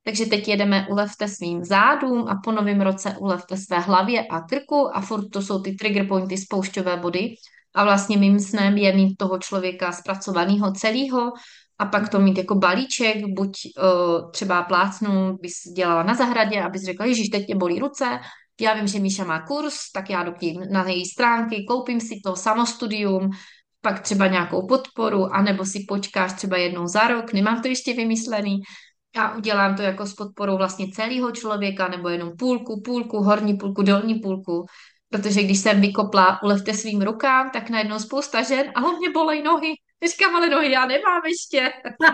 S3: Takže teď jedeme ulevte svým zádům a po novém roce ulevte své hlavě a krku a furt to jsou ty trigger pointy, spoušťové body. A vlastně mým snem je mít toho člověka zpracovaného celého a pak to mít jako balíček, buď třeba plácnu bys dělala na zahradě, abys řekla, ježiš, teď mě bolí ruce, já vím, že Míša má kurz, tak já jdu k ní na její stránky, koupím si to samostudium, pak třeba nějakou podporu, anebo si počkáš třeba jednou za rok, nemám to ještě vymyslený, a udělám to jako s podporou vlastně celého člověka, nebo jenom půlku, horní půlku, dolní půlku, protože když jsem vykopla ulevte svým rukám, tak najednou spousta žen, ale mě bolej nohy. Říkám, ale nohy já nemám ještě.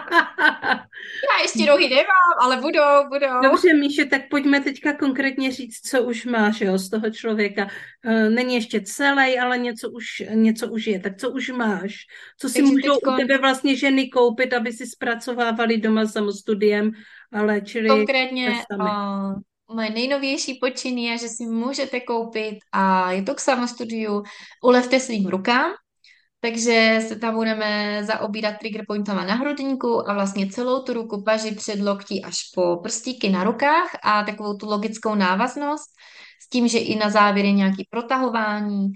S3: Já ještě nohy nemám, ale budou.
S2: Dobře, Míše, tak pojďme teďka konkrétně říct, co už máš, jo, z toho člověka. Není ještě celý, ale něco už je. Tak co už máš? Co si
S3: Takže
S2: můžou
S3: teďko
S2: u tebe vlastně ženy koupit, aby si zpracovávali doma samostudiem a léčili
S3: konkrétně
S2: sami?
S3: moje nejnovější počin je, že si můžete koupit a je to k samostudiu ulevte svým rukám. Takže se tam budeme zaobírat trigger pointama na hrudníku a vlastně celou tu ruku, paži, před loktí až po prstíky na rukách a takovou tu logickou návaznost s tím, že i na závěr je nějaký protahování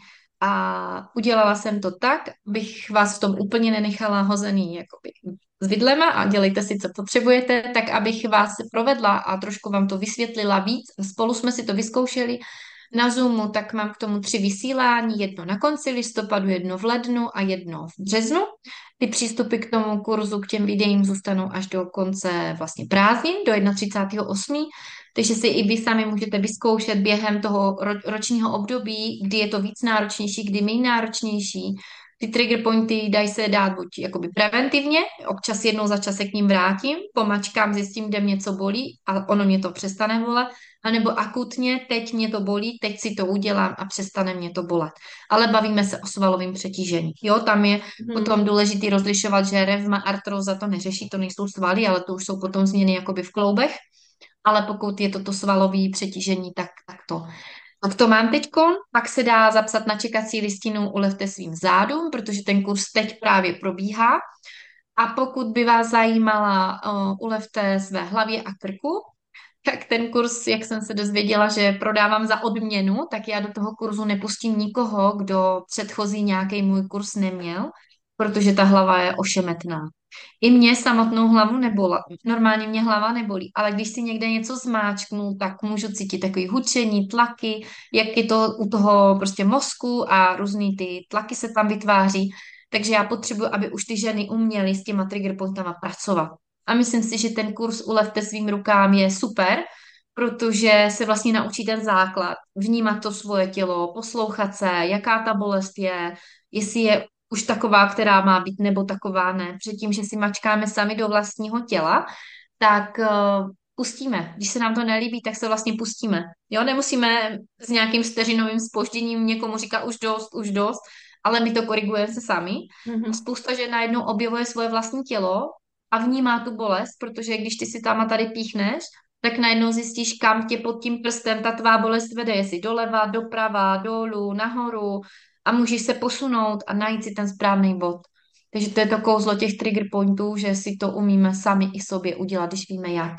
S3: a udělala jsem to tak, bych vás v tom úplně nenechala hozený jakoby s vidlema a dělejte si, co potřebujete, tak abych vás provedla a trošku vám to vysvětlila víc. Spolu jsme si to vyzkoušeli na Zoomu, tak mám k tomu 3 vysílání, jedno na konci listopadu, jedno v lednu a jedno v březnu. Ty přístupy k tomu kurzu, k těm videím zůstanou až do konce vlastně prázdnin, do 31.8. Takže si i vy sami můžete vyzkoušet během toho ročního období, kdy je to víc náročnější, kdy méně náročnější. Ty trigger pointy dají se dát buď jakoby preventivně, občas jednou za čas se k ním vrátím, pomačkám, zjistím, kde mě co bolí a ono mě to přestane bolet, anebo akutně, teď mě to bolí, teď si to udělám a přestane mě to bolet. Ale bavíme se o svalovém přetížení. Jo, tam je potom důležitý rozlišovat, že revma, artróza to neřeší, to nejsou svaly, ale to už jsou potom změny jakoby v kloubech. Ale pokud je to svalové přetížení, tak to. Tak to mám teďko, pak se dá zapsat na čekací listinu ulevte svým zádům, protože ten kurz teď právě probíhá. A pokud by vás zajímala ulevte své hlavě a krku, tak ten kurz, jak jsem se dozvěděla, že prodávám za odměnu, tak já do toho kurzu nepustím nikoho, kdo předchozí nějaký můj kurz neměl, protože ta hlava je ošemetná. I mě samotnou hlavu nebola. Normálně mě hlava nebolí, ale když si někde něco zmáčknu, tak můžu cítit takový hučení, tlaky, jak je to u toho prostě mozku a různý ty tlaky se tam vytváří. Takže já potřebuji, aby už ty ženy uměly s těma trigger pointama pracovat. A myslím si, že ten kurz ulevte svým rukám je super, protože se vlastně naučí ten základ, vnímat to svoje tělo, poslouchat se, jaká ta bolest je, jestli je už taková, která má být, nebo taková ne. Předtím, že si mačkáme sami do vlastního těla, tak pustíme. Když se nám to nelíbí, tak se vlastně pustíme. Jo, nemusíme s nějakým vteřinovým zpožděním někomu říkat už dost, ale my to korigujeme se sami. A spousta žen najednou objevuje svoje vlastní tělo a vnímá tu bolest, protože když ty si tam a tady píchneš, tak najednou zjistíš, kam tě pod tím prstem ta tvá bolest vede, jestli doleva, doprava, dolů, nahoru a můžeš se posunout a najít si ten správný bod. Takže to je to kouzlo těch trigger pointů, že si to umíme sami i sobě udělat, když víme jak.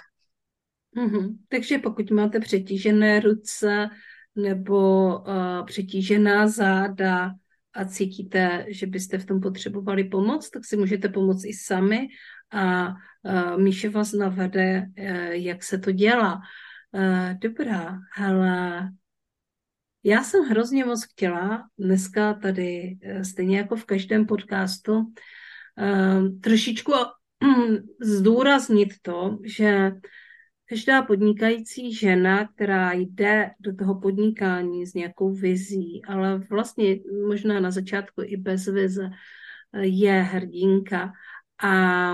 S2: Takže pokud máte přetížené ruce nebo přetížená záda a cítíte, že byste v tom potřebovali pomoc, tak si můžete pomoct i sami a Míše vás navede, jak se to dělá. Dobrá, hele, já jsem hrozně moc chtěla dneska tady, stejně jako v každém podcastu, trošičku zdůraznit to, že každá podnikající žena, která jde do toho podnikání s nějakou vizí, ale vlastně možná na začátku i bez vize, je hrdinka. A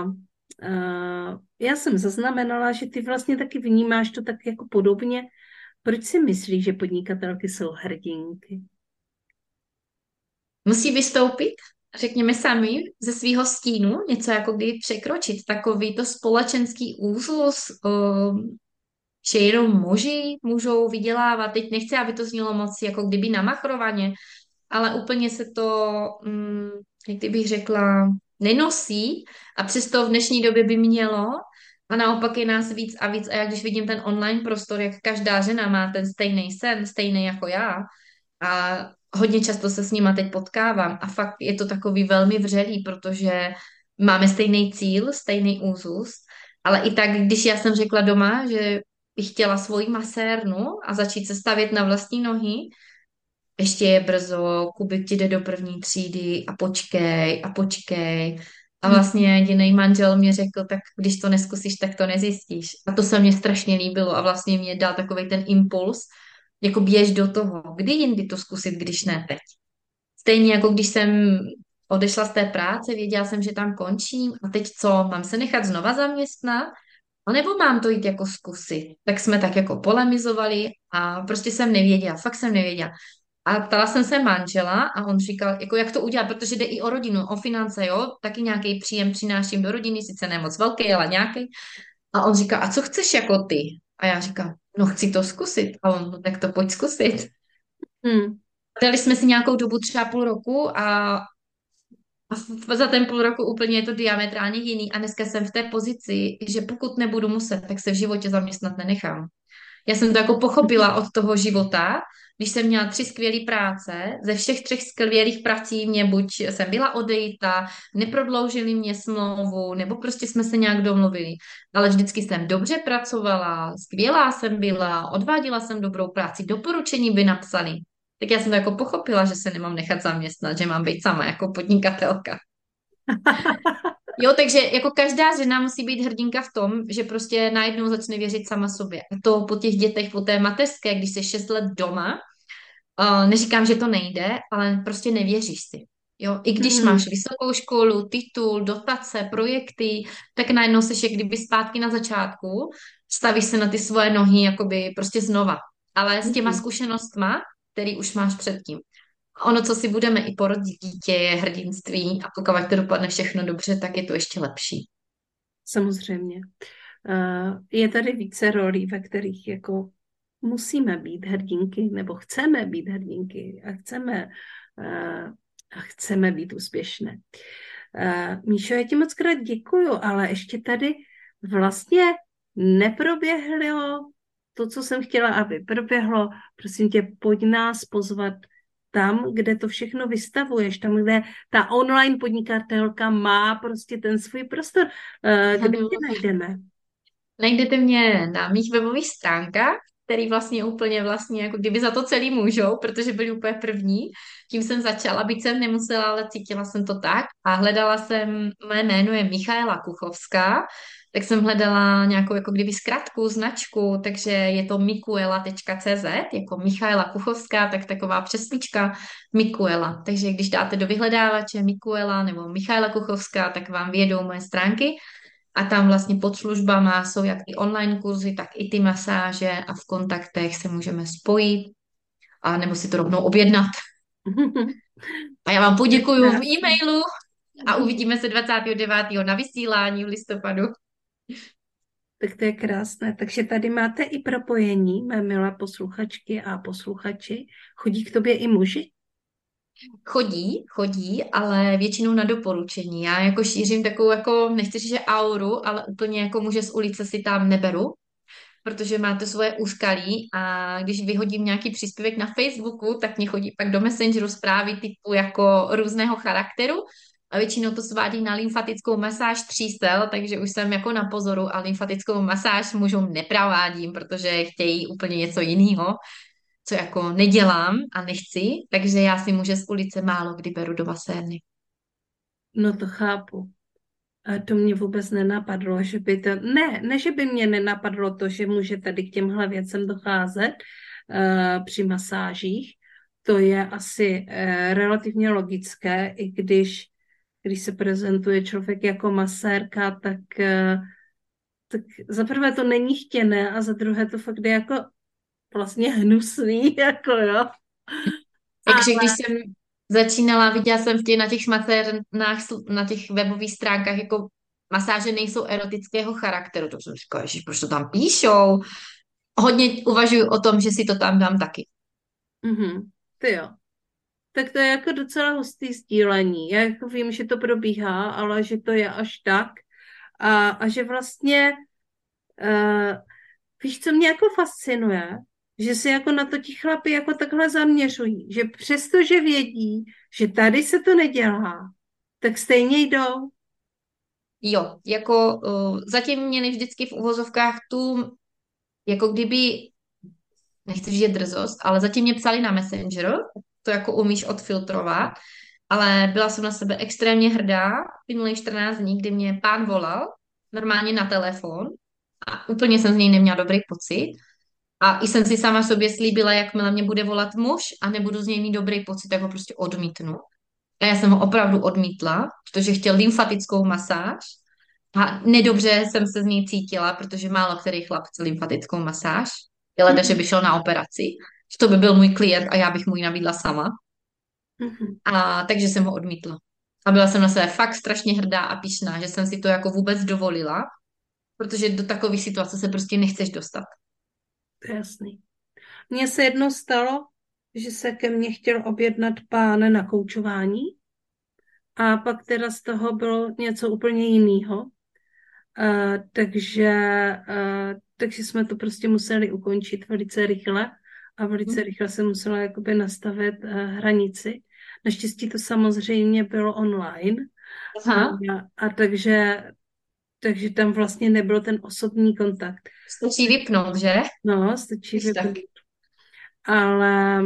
S2: já jsem zaznamenala, že ty vlastně taky vnímáš to tak jako podobně. Proč si myslíš, že podnikatelky jsou hrdinky?
S3: Musí vystoupit, řekněme sami, ze svého stínu, něco jako kdy překročit, takový to společenský úzus, že jenom muži můžou vydělávat. Teď nechci, aby to znělo moc jako kdyby namachrovaně, ale úplně se to, jak kdybych řekla, nenosí a přesto v dnešní době by mělo. A naopak je nás víc a víc. A já když vidím ten online prostor, jak každá žena má ten stejný sen, stejný jako já, a hodně často se s nima teď potkávám a fakt je to takový velmi vřelý, protože máme stejný cíl, stejný úzus, ale i tak, když já jsem řekla doma, že bych chtěla svoji masérnu a začít se stavět na vlastní nohy, ještě je brzo, Kubik ti jde do první třídy a počkej a počkej. A vlastně jediný manžel mě řekl, tak když to neskusíš, tak to nezjistíš. A to se mně strašně líbilo a vlastně mě dal takový ten impuls, jako běž do toho. Kdy jindy to zkusit, když ne teď? Stejně jako když jsem odešla z té práce, věděla jsem, že tam končím a teď co, mám se nechat znova zaměstnat? A nebo mám to jít jako zkusit? Tak jsme tak jako polemizovali a prostě jsem nevěděla, fakt jsem nevěděla. A ptala jsem se manžela a on říkal, jako jak to udělat, protože jde i o rodinu, o finance, jo, taky nějaký příjem přináším do rodiny, sice ne moc velký, ale nějaký. A on říká, a co chceš jako ty? A já říkám, no chci to zkusit. A on, no, tak to pojď zkusit.
S2: Hmm.
S3: Dali jsme si nějakou dobu, třeba půl roku a za ten půl roku úplně je to diametrálně jiný. A dneska jsem v té pozici, že pokud nebudu muset, tak se v životě zaměstnat nenechám. Já jsem to jako pochopila od toho života, když jsem měla 3 skvělé práce, ze všech 3 skvělých prací mě buď jsem byla odejita, neprodloužili mě smlouvu, nebo prostě jsme se nějak domluvili. Ale vždycky jsem dobře pracovala, skvělá jsem byla, odváděla jsem dobrou práci, doporučení by napsali. Tak já jsem to jako pochopila, že se nemám nechat zaměstnat, že mám být sama jako podnikatelka. Jo, takže jako každá žena musí být hrdinka v tom, že prostě najednou začne věřit sama sobě. A to po těch dětech, po té mateřské, když jsi 6 let doma, neříkám, že to nejde, ale prostě nevěříš si. Jo, i když
S2: Hmm.
S3: máš vysokou školu, titul, dotace, projekty, tak najednou jsi jak kdyby zpátky na začátku, stavíš se na ty svoje nohy jakoby prostě znova. Ale s těma
S2: Hmm.
S3: zkušenostma, který už máš předtím. Ono, co si budeme i porodit dítě, je hrdinství a pokud to dopadne všechno dobře, tak je to ještě lepší.
S2: Samozřejmě. Je tady více rolí, ve kterých jako musíme být hrdinky, nebo chceme být hrdinky a chceme být úspěšné. Míšo, já ti moc krát děkuju, ale ještě tady vlastně neproběhlo to, co jsem chtěla, aby proběhlo. Prosím tě, pojď nás pozvat tam, kde to všechno vystavuješ, tam, kde ta online podnikatelka má prostě ten svůj prostor. Kde tě najdeme?
S3: Najdete mě na mých webových stránkách, který vlastně úplně vlastně jako kdyby za to celý můžou, protože byli úplně první. Tím jsem začala, byť jsem nemusela, ale cítila jsem to tak. A hledala jsem, mé jméno je Michaela Kuchovská, tak jsem hledala nějakou jako kdyby zkratku, značku, takže je to mikuela.cz, jako Michaela Kuchovská, tak taková přeslička Mikuela. Takže když dáte do vyhledávače Mikuela nebo Michaela Kuchovská, tak vám vyjedou moje stránky. A tam vlastně pod službama jsou jak i online kurzy, tak i ty masáže a v kontaktech se můžeme spojit a nebo si to rovnou objednat. A já vám poděkuju v e-mailu a uvidíme se 29. na vysílání v listopadu.
S2: Tak to je krásné. Takže tady máte i propojení, mé milé posluchačky a posluchači. Chodí k tobě i muži?
S3: Chodí, ale většinou na doporučení. Já jako šířím takovou jako, nechci říct, že auru, ale úplně jako muže z ulice si tam neberu, protože máte svoje úskalí a když vyhodím nějaký příspěvek na Facebooku, tak mě chodí pak do Messengeru zprávy typu jako různého charakteru a většinou to svádí na lymfatickou masáž třísel, takže už jsem jako na pozoru a lymfatickou masáž mužům neprovádím, protože chtějí úplně něco jiného, co jako nedělám a nechci, takže já si muže z ulice málo kdy beru do basény.
S2: No to chápu. A to mě vůbec nenapadlo, že by to... Ne, že by mě nenapadlo to, že může tady k těmhle věcem docházet při masážích. To je asi relativně logické, i když se prezentuje člověk jako masérka, tak za prvé to není chtěné a za druhé to fakt je jako vlastně hnusný, jako jo.
S3: Takže když jsem začínala, viděla jsem na těch masérnách, na těch webových stránkách, jako masáže nejsou erotického charakteru. To jsem říkala, že proč to tam píšou? Hodně uvažuji o tom, že si to tam dám taky.
S2: Ty jo. Tak to je jako docela hustý sdílení. Já jako vím, že to probíhá, ale že to je až tak. A že vlastně Víš, co mě jako fascinuje? Že se jako na to ti chlapi jako takhle zaměřují. Že přesto, že vědí, že tady se to nedělá, tak stejně jdou.
S3: Jo, jako zatím měli vždycky v uvozovkách tu, jako kdyby, nechci říct drzost, ale zatím mě psali na Messenger, to jako umíš odfiltrovat, ale byla jsem na sebe extrémně hrdá minulých 14 dní, kdy mě pán volal normálně na telefon a úplně jsem z něj neměla dobrý pocit. A i jsem si sama sobě slíbila, jakmile mě bude volat muž a nebudu z něj mít dobrý pocit, tak ho prostě odmítnu. A já jsem ho opravdu odmítla, protože chtěl lymfatickou masáž a nedobře jsem se z něj cítila, protože málo který chlap chce lymfatickou masáž. Je leda, že by šel na operaci. Že to by byl můj klient a já bych mu ji nabídla sama.
S2: Mhm.
S3: A takže jsem ho odmítla. A byla jsem na sebe fakt strašně hrdá a pyšná, že jsem si to jako vůbec dovolila, protože do takové situace se prostě nechceš dostat.
S2: To je jasný. Mně se jednou stalo, že se ke mně chtěl objednat pán na koučování a pak teda z toho bylo něco úplně jiného. Takže jsme to prostě museli ukončit velice rychle a velice rychle se musela jakoby nastavit hranici. Naštěstí to samozřejmě bylo online
S3: Aha,
S2: a takže tam vlastně nebyl ten osobní kontakt.
S3: stačí vypnout, že?
S2: No, stačí
S3: Víš tak.
S2: vypnout. Ale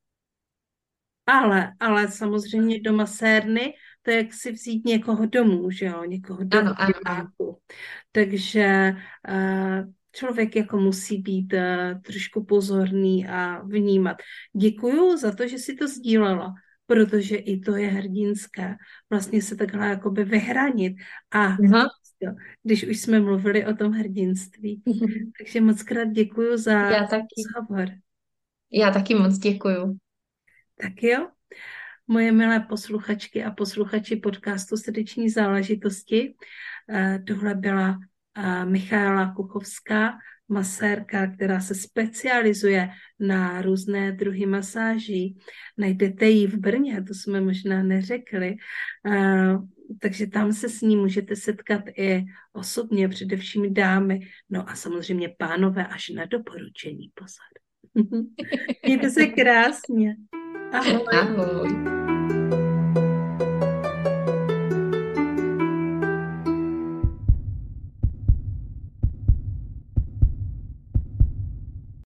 S2: ale samozřejmě do masérny, to je jak si vzít někoho domů, že jo, někoho do
S3: Ano, ano, ano.
S2: obyváku. Takže člověk jako musí být trošku pozorný a vnímat. Děkuju za to, že si to sdílela, protože i to je hrdinské. Vlastně se takhle jakoby vyhranit. A
S3: Aha.
S2: když už jsme mluvili o tom hrdinství. Takže moc krát děkuju za
S3: Já taky.
S2: rozhovor.
S3: Já taky moc děkuju.
S2: Tak jo. Moje milé posluchačky a posluchači podcastu Srdeční záležitosti. Tohle byla Michaela Kuchovská, masérka, která se specializuje na různé druhy masáží. Najdete ji v Brně, to jsme možná neřekli. Takže tam se s ní můžete setkat i osobně, především dámy, no a samozřejmě pánové až na doporučení, pozor. Mějte se krásně. Ahoj.
S3: Ahoj.